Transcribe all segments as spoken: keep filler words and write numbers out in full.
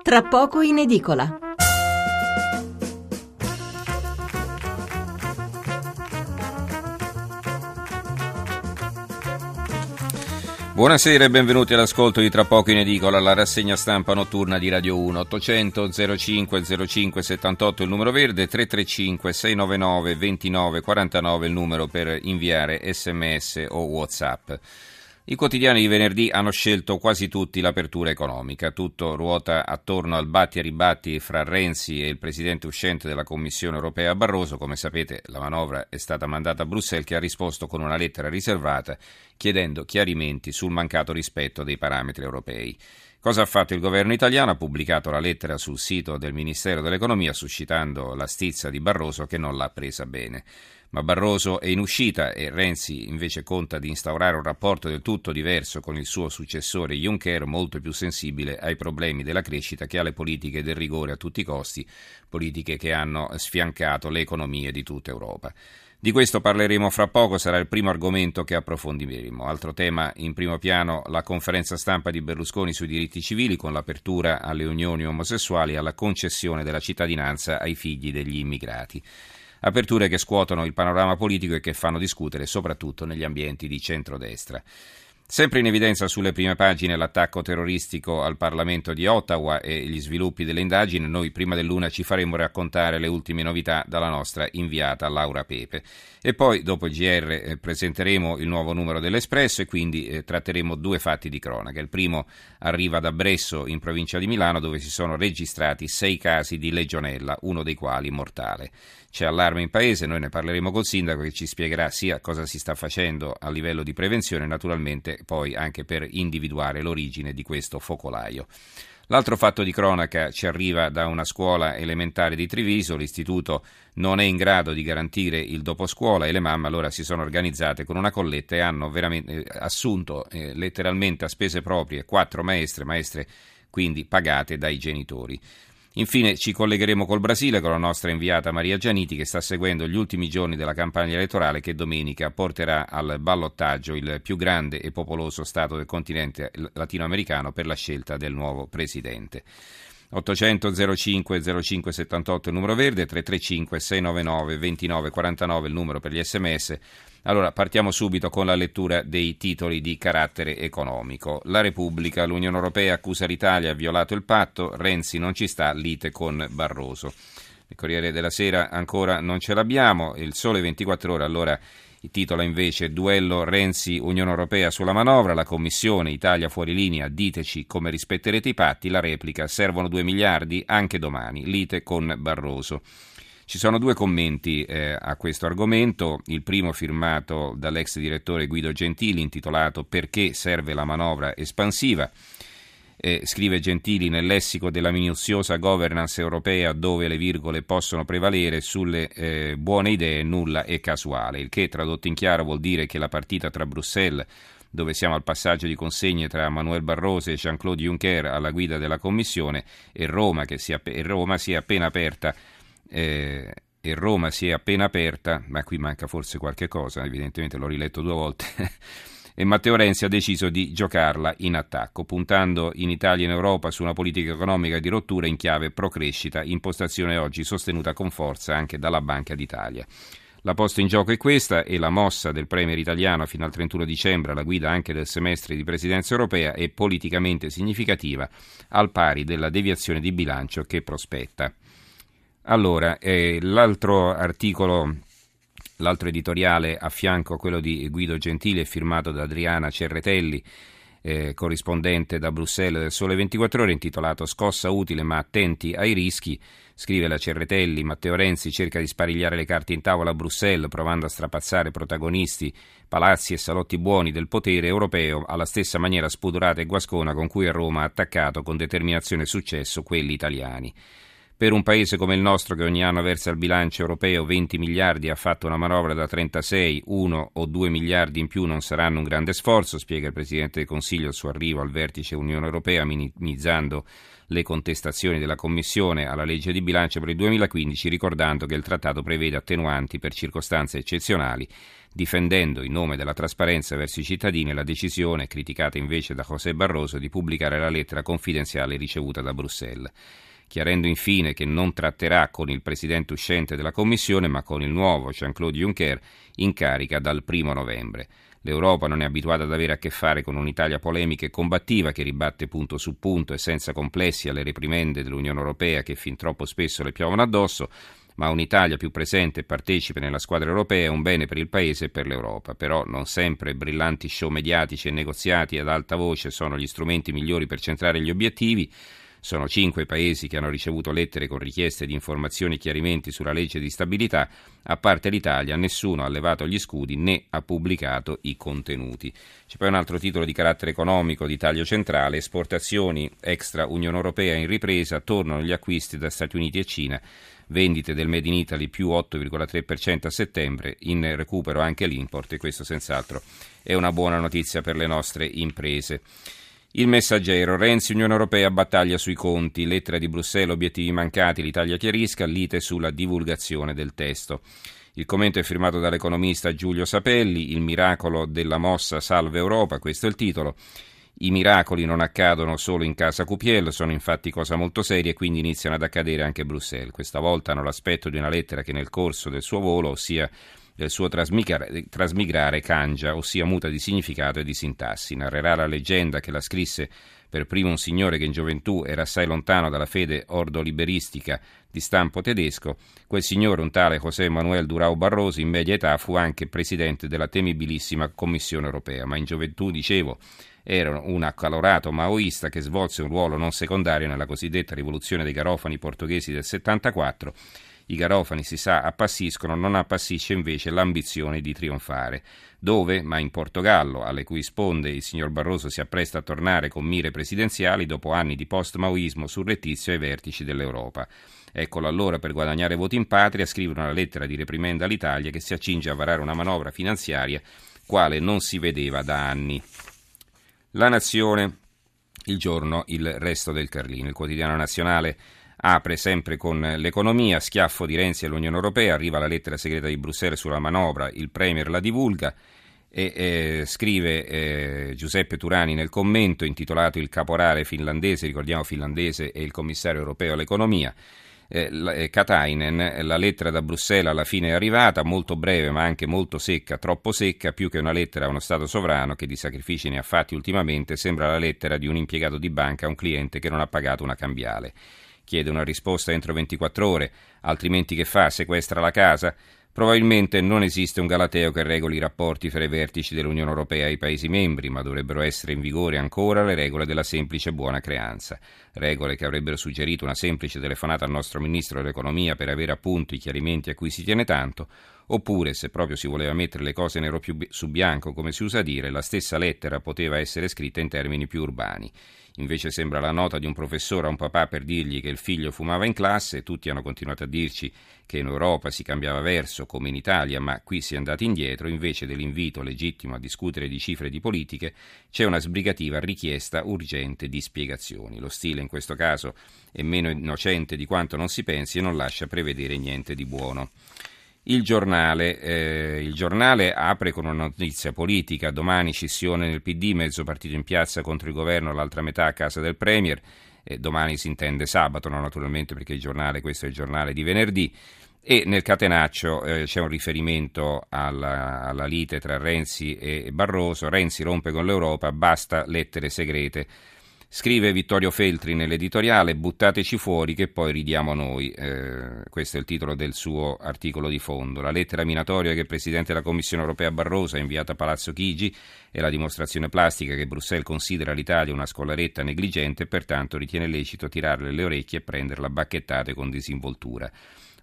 tra poco in edicola. Buonasera e benvenuti all'ascolto di Tra poco in edicola, la rassegna stampa notturna di Radio uno. ottocento zero cinque zero cinque settantotto il numero verde, tre tre cinque sei nove nove due nove quattro nove il numero per inviare sms o WhatsApp. I quotidiani di venerdì hanno scelto quasi tutti l'apertura economica. Tutto ruota attorno al batti e ribatti fra Renzi e il presidente uscente della Commissione europea Barroso. Come sapete, la manovra è stata mandata a Bruxelles, che ha risposto con una lettera riservata chiedendo chiarimenti sul mancato rispetto dei parametri europei. Cosa ha fatto il governo italiano? Ha pubblicato la lettera sul sito del Ministero dell'Economia, suscitando la stizza di Barroso, che non l'ha presa bene. Ma Barroso è in uscita e Renzi invece conta di instaurare un rapporto del tutto diverso con il suo successore Juncker, molto più sensibile ai problemi della crescita che alle politiche del rigore a tutti i costi, politiche che hanno sfiancato le economie di tutta Europa. Di questo parleremo fra poco, sarà il primo argomento che approfondiremo. Altro tema in primo piano, la conferenza stampa di Berlusconi sui diritti civili, con l'apertura alle unioni omosessuali e alla concessione della cittadinanza ai figli degli immigrati. Aperture che scuotono il panorama politico e che fanno discutere soprattutto negli ambienti di centrodestra. Sempre in evidenza sulle prime pagine l'attacco terroristico al Parlamento di Ottawa e gli sviluppi delle indagini. Noi prima dell'una ci faremo raccontare le ultime novità dalla nostra inviata Laura Pepe. E poi dopo il G R eh, presenteremo il nuovo numero dell'Espresso e quindi eh, tratteremo due fatti di cronaca. Il primo arriva da Bresso, in provincia di Milano, dove si sono registrati sei casi di legionella, uno dei quali mortale. C'è allarme in paese, noi ne parleremo col sindaco, che ci spiegherà sia cosa si sta facendo a livello di prevenzione e naturalmente poi anche per individuare l'origine di questo focolaio. L'altro fatto di cronaca ci arriva da una scuola elementare di Treviso. L'istituto non è in grado di garantire il doposcuola e le mamme allora si sono organizzate con una colletta e hanno veramente assunto eh, letteralmente a spese proprie quattro maestre, maestre quindi pagate dai genitori. Infine ci collegheremo col Brasile con la nostra inviata Maria Gianiti, che sta seguendo gli ultimi giorni della campagna elettorale che domenica porterà al ballottaggio il più grande e popoloso stato del continente latinoamericano per la scelta del nuovo presidente. ottocento zero cinque zero cinque settantotto il numero verde, tre tre cinque sei nove nove due nove quattro nove il numero per gli sms. Allora partiamo subito con la lettura dei titoli di carattere economico. La Repubblica, l'Unione Europea accusa l'Italia, ha violato il patto, Renzi non ci sta, lite con Barroso. Il Corriere della Sera ancora non ce l'abbiamo, il Sole ventiquattro Ore allora titola invece duello Renzi-Unione Europea sulla manovra, la Commissione, Italia fuori linea, diteci come rispetterete i patti, la replica, servono due miliardi anche domani, lite con Barroso. Ci sono due commenti eh, a questo argomento, il primo firmato dall'ex direttore Guido Gentili, intitolato Perché serve la manovra espansiva. Eh, scrive Gentili, nel lessico della minuziosa governance europea dove le virgole possono prevalere sulle eh, buone idee nulla è casuale, il che tradotto in chiaro vuol dire che la partita tra Bruxelles, dove siamo al passaggio di consegne tra Manuel Barroso e Jean-Claude Juncker alla guida della Commissione, e Roma, che si, e Roma si è appena aperta eh, e Roma si è appena aperta, ma qui manca forse qualche cosa, evidentemente l'ho riletto due volte, e Matteo Renzi ha deciso di giocarla in attacco, puntando in Italia e in Europa su una politica economica di rottura in chiave pro-crescita, impostazione oggi sostenuta con forza anche dalla Banca d'Italia. La posta in gioco è questa e la mossa del premier italiano fino al trentuno dicembre alla guida anche del semestre di presidenza europea è politicamente significativa, al pari della deviazione di bilancio che prospetta. Allora, eh, l'altro articolo, l'altro editoriale a fianco a quello di Guido Gentili è firmato da Adriana Cerretelli, eh, corrispondente da Bruxelles del Sole ventiquattro Ore, intitolato Scossa utile ma attenti ai rischi. Scrive la Cerretelli, Matteo Renzi cerca di sparigliare le carte in tavola a Bruxelles, provando a strapazzare protagonisti, palazzi e salotti buoni del potere europeo alla stessa maniera spudorata e guascona con cui a Roma ha attaccato con determinazione e successo quelli italiani. Per un paese come il nostro che ogni anno versa al bilancio europeo venti miliardi e ha fatto una manovra da trentasei, uno o due miliardi in più non saranno un grande sforzo, spiega il Presidente del Consiglio al suo arrivo al vertice Unione Europea, minimizzando le contestazioni della Commissione alla legge di bilancio per il duemilaquindici, ricordando che il trattato prevede attenuanti per circostanze eccezionali, difendendo in nome della trasparenza verso i cittadini la decisione, criticata invece da José Barroso, di pubblicare la lettera confidenziale ricevuta da Bruxelles, chiarendo infine che non tratterà con il presidente uscente della Commissione ma con il nuovo Jean-Claude Juncker in carica dal primo novembre. L'Europa non è abituata ad avere a che fare con un'Italia polemica e combattiva che ribatte punto su punto e senza complessi alle reprimende dell'Unione Europea che fin troppo spesso le piovono addosso, ma un'Italia più presente e partecipe nella squadra europea è un bene per il Paese e per l'Europa. Però non sempre brillanti show mediatici e negoziati ad alta voce sono gli strumenti migliori per centrare gli obiettivi. Sono cinque i paesi che hanno ricevuto lettere con richieste di informazioni e chiarimenti sulla legge di stabilità. A parte l'Italia, nessuno ha levato gli scudi né ha pubblicato i contenuti. C'è poi un altro titolo di carattere economico di taglio centrale: esportazioni extra Unione Europea in ripresa, tornano gli acquisti da Stati Uniti e Cina, vendite del Made in Italy più otto virgola tre per cento a settembre, in recupero anche l'import e questo senz'altro è una buona notizia per le nostre imprese. Il Messaggero, Renzi, Unione Europea, battaglia sui conti, lettera di Bruxelles, obiettivi mancati, l'Italia chiarisca, lite sulla divulgazione del testo. Il commento è firmato dall'economista Giulio Sapelli, il miracolo della mossa salva Europa, questo è il titolo. I miracoli non accadono solo in casa Cupiello, sono infatti cosa molto seria e quindi iniziano ad accadere anche a Bruxelles. Questa volta hanno l'aspetto di una lettera che nel corso del suo volo, ossia del suo trasmigrare, trasmigrare cangia, ossia muta di significato e di sintassi. Narrerà la leggenda che la scrisse per primo un signore che in gioventù era assai lontano dalla fede ordoliberistica di stampo tedesco. Quel signore, un tale José Manuel Durão Barroso, in media età fu anche presidente della temibilissima Commissione Europea, ma in gioventù, dicevo, era un accalorato maoista che svolse un ruolo non secondario nella cosiddetta rivoluzione dei garofani portoghesi del settantaquattro. I garofani, si sa, appassiscono, non appassisce invece l'ambizione di trionfare. Dove? Ma in Portogallo, alle cui sponde il signor Barroso si appresta a tornare con mire presidenziali dopo anni di post-maoismo surrettizio ai vertici dell'Europa. Eccolo allora per guadagnare voti in patria, scrivere una lettera di reprimenda all'Italia che si accinge a varare una manovra finanziaria quale non si vedeva da anni. La Nazione, Il Giorno, il resto del Carlino. Il quotidiano nazionale apre sempre con l'economia, schiaffo di Renzi all'Unione Europea, arriva la lettera segreta di Bruxelles sulla manovra, il Premier la divulga e eh, scrive eh, Giuseppe Turani nel commento intitolato Il caporale finlandese, ricordiamo finlandese è il commissario europeo all'economia, eh, Katainen, la lettera da Bruxelles alla fine è arrivata, molto breve ma anche molto secca, troppo secca, più che una lettera a uno Stato sovrano che di sacrifici ne ha fatti ultimamente, sembra la lettera di un impiegato di banca a un cliente che non ha pagato una cambiale. Chiede una risposta entro ventiquattro ore, altrimenti che fa? Sequestra la casa? Probabilmente non esiste un galateo che regoli i rapporti fra i vertici dell'Unione Europea e i Paesi membri, ma dovrebbero essere in vigore ancora le regole della semplice buona creanza. Regole che avrebbero suggerito una semplice telefonata al nostro Ministro dell'Economia per avere appunto i chiarimenti a cui si tiene tanto, oppure, se proprio si voleva mettere le cose nero più su bianco, come si usa dire, la stessa lettera poteva essere scritta in termini più urbani. Invece sembra la nota di un professore a un papà per dirgli che il figlio fumava in classe, tutti hanno continuato a dirci che in Europa si cambiava verso come in Italia, ma qui si è andati indietro, invece dell'invito legittimo a discutere di cifre e di politiche c'è una sbrigativa richiesta urgente di spiegazioni. Lo stile in questo caso è meno innocente di quanto non si pensi e non lascia prevedere niente di buono. Il giornale, eh, il giornale apre con una notizia politica, domani scissione nel P D, mezzo partito in piazza contro il governo, l'altra metà a casa del Premier, eh, domani si intende sabato, no, naturalmente perché il giornale, questo è il giornale di venerdì, e nel catenaccio eh, c'è un riferimento alla, alla lite tra Renzi e Barroso, Renzi rompe con l'Europa, basta lettere segrete. Scrive Vittorio Feltri nell'editoriale, buttateci fuori che poi ridiamo noi, eh, questo è il titolo del suo articolo di fondo. La lettera minatoria che il Presidente della Commissione Europea Barroso ha inviato a Palazzo Chigi è la dimostrazione plastica che Bruxelles considera l'Italia una scolaretta negligente e pertanto ritiene lecito tirarle le orecchie e prenderla a bacchettate con disinvoltura.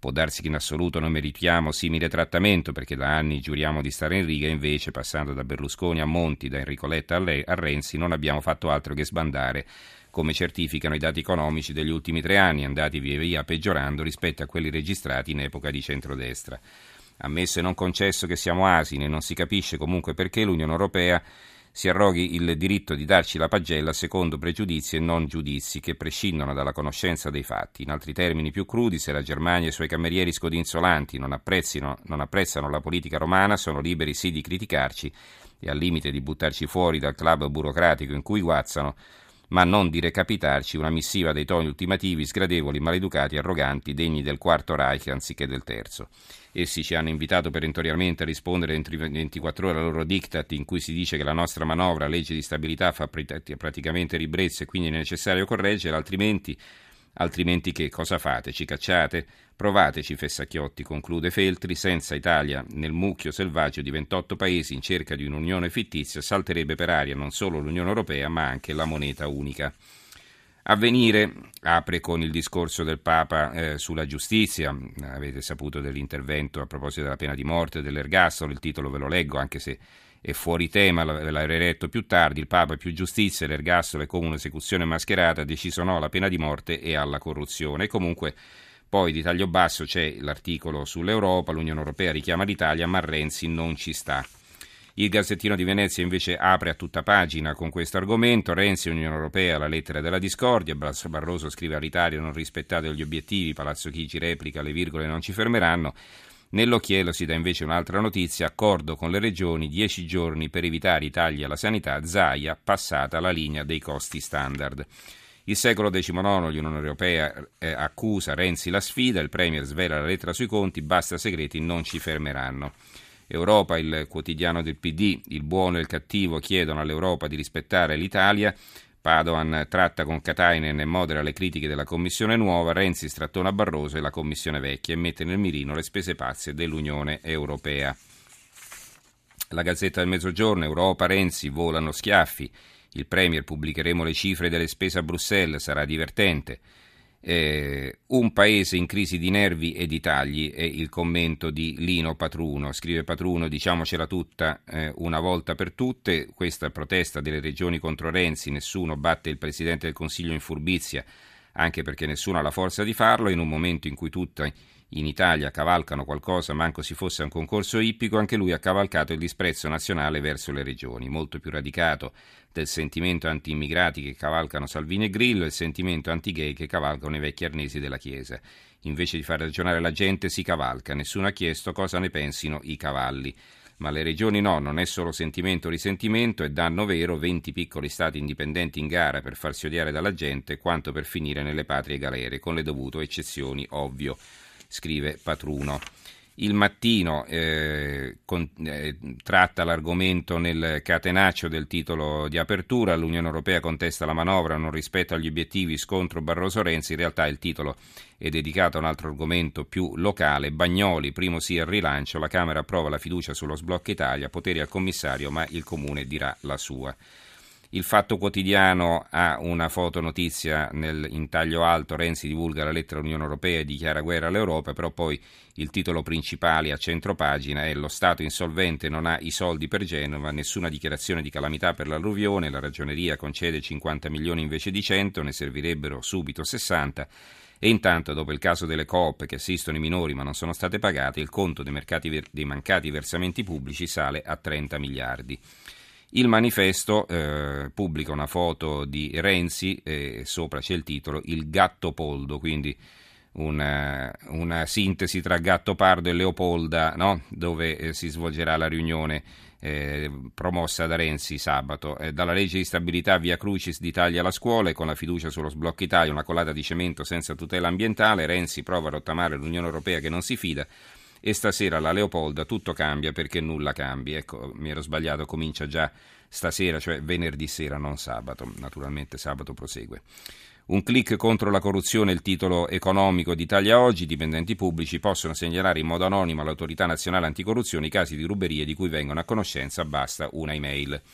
Può darsi che in assoluto non meritiamo simile trattamento perché da anni giuriamo di stare in riga, invece passando da Berlusconi a Monti, da Enrico Letta a Renzi, non abbiamo fatto altro che sbandare, come certificano i dati economici degli ultimi tre anni, andati via via peggiorando rispetto a quelli registrati in epoca di centrodestra. Ammesso e non concesso che siamo asini e non si capisce comunque perché l'Unione Europea si arroghi il diritto di darci la pagella secondo pregiudizi e non giudizi che prescindono dalla conoscenza dei fatti. In altri termini più crudi, se la Germania e i suoi camerieri scodinzolanti non, non apprezzano la politica romana, sono liberi sì di criticarci e al limite di buttarci fuori dal club burocratico in cui guazzano, ma non di recapitarci una missiva dei toni ultimativi, sgradevoli, maleducati, arroganti, degni del quarto Reich anziché del terzo. Essi ci hanno invitato perentoriamente a rispondere entro ventiquattro ore al loro diktat in cui si dice che la nostra manovra, legge di stabilità, fa praticamente ribrezzo e quindi è necessario correggere, altrimenti, altrimenti che cosa fate? Ci cacciate? Provateci, Fessacchiotti, conclude Feltri, senza Italia nel mucchio selvaggio di ventotto paesi in cerca di un'unione fittizia salterebbe per aria non solo l'Unione Europea ma anche la moneta unica. Avvenire apre con il discorso del Papa eh, sulla giustizia. Avete saputo dell'intervento a proposito della pena di morte e dell'ergastolo, il titolo ve lo leggo anche se è fuori tema, l'avrei letto più tardi. Il Papa più giustizia, l'ergastolo è come un'esecuzione mascherata, ha deciso no alla pena di morte e alla corruzione. E comunque poi di taglio basso c'è l'articolo sull'Europa, l'Unione Europea richiama l'Italia ma Renzi non ci sta. Il Gazzettino di Venezia invece apre a tutta pagina con questo argomento. Renzi e Unione Europea, la lettera della discordia. Barroso scrive all'Italia non rispettate gli obiettivi, Palazzo Chigi replica le virgole non ci fermeranno. Nell'occhiello si dà invece un'altra notizia, accordo con le regioni, dieci giorni per evitare i tagli alla sanità, Zaia passata la linea dei costi standard. Il secolo diciannove, l'Unione Europea eh, accusa Renzi la sfida, il Premier svela la lettera sui conti, basta segreti, non ci fermeranno. Europa, il quotidiano del P D, il buono e il cattivo chiedono all'Europa di rispettare l'Italia, Padoan tratta con Katainen e modera le critiche della Commissione nuova, Renzi strattona Barroso e la Commissione vecchia e mette nel mirino le spese pazze dell'Unione Europea. La Gazzetta del Mezzogiorno, Europa, Renzi, volano schiaffi, il Premier pubblicheremo le cifre delle spese a Bruxelles, sarà divertente. Eh, un paese in crisi di nervi e di tagli è il commento di Lino Patruno. Scrive Patruno, diciamocela tutta eh, una volta per tutte, questa protesta delle regioni contro Renzi, nessuno batte il Presidente del Consiglio in furbizia, anche perché nessuno ha la forza di farlo, in un momento in cui tutti in Italia cavalcano qualcosa, manco si fosse un concorso ippico, anche lui ha cavalcato il disprezzo nazionale verso le regioni, molto più radicato del sentimento anti-immigrati che cavalcano Salvini e Grillo e il sentimento anti-gay che cavalcano i vecchi arnesi della Chiesa. Invece di far ragionare la gente si cavalca, nessuno ha chiesto cosa ne pensino i cavalli. Ma le regioni no, non è solo sentimento o risentimento, è danno vero, venti piccoli stati indipendenti in gara per farsi odiare dalla gente, quanto per finire nelle patrie galere, con le dovute eccezioni, ovvio, scrive Patruno. Il Mattino eh, con, eh, tratta l'argomento nel catenaccio del titolo di apertura, l'Unione Europea contesta la manovra, non rispetta gli obiettivi, scontro Barroso-Renzi, in realtà il titolo è dedicato a un altro argomento più locale, Bagnoli, primo sì al rilancio, la Camera approva la fiducia sullo sblocca Italia, poteri al commissario ma il Comune dirà la sua. Il Fatto Quotidiano ha una fotonotizia nel, in taglio alto, Renzi divulga la lettera all'Unione Europea e dichiara guerra all'Europa, però poi il titolo principale a centropagina è lo Stato insolvente non ha i soldi per Genova, nessuna dichiarazione di calamità per l'alluvione, la Ragioneria concede cinquanta milioni invece di cento, ne servirebbero subito sessanta e intanto dopo il caso delle coop che assistono i minori ma non sono state pagate, il conto dei, mercati, dei mancati versamenti pubblici sale a trenta miliardi. Il Manifesto eh, pubblica una foto di Renzi e sopra c'è il titolo Il Gattopoldo, quindi una, una sintesi tra Gattopardo e Leopolda, no? Dove eh, si svolgerà la riunione eh, promossa da Renzi sabato. Eh, dalla legge di stabilità via Crucis d'Italia alla scuola e con la fiducia sullo sblocco Italia, una collata di cemento senza tutela ambientale, Renzi prova a rottamare l'Unione Europea che non si fida. E stasera alla Leopolda tutto cambia perché nulla cambia. Ecco, mi ero sbagliato, comincia già stasera, cioè venerdì sera, non sabato. Naturalmente sabato prosegue. Un clic contro la corruzione, il titolo economico di Italia Oggi. Dipendenti pubblici possono segnalare in modo anonimo all'Autorità Nazionale Anticorruzione i casi di ruberie di cui vengono a conoscenza, basta una email.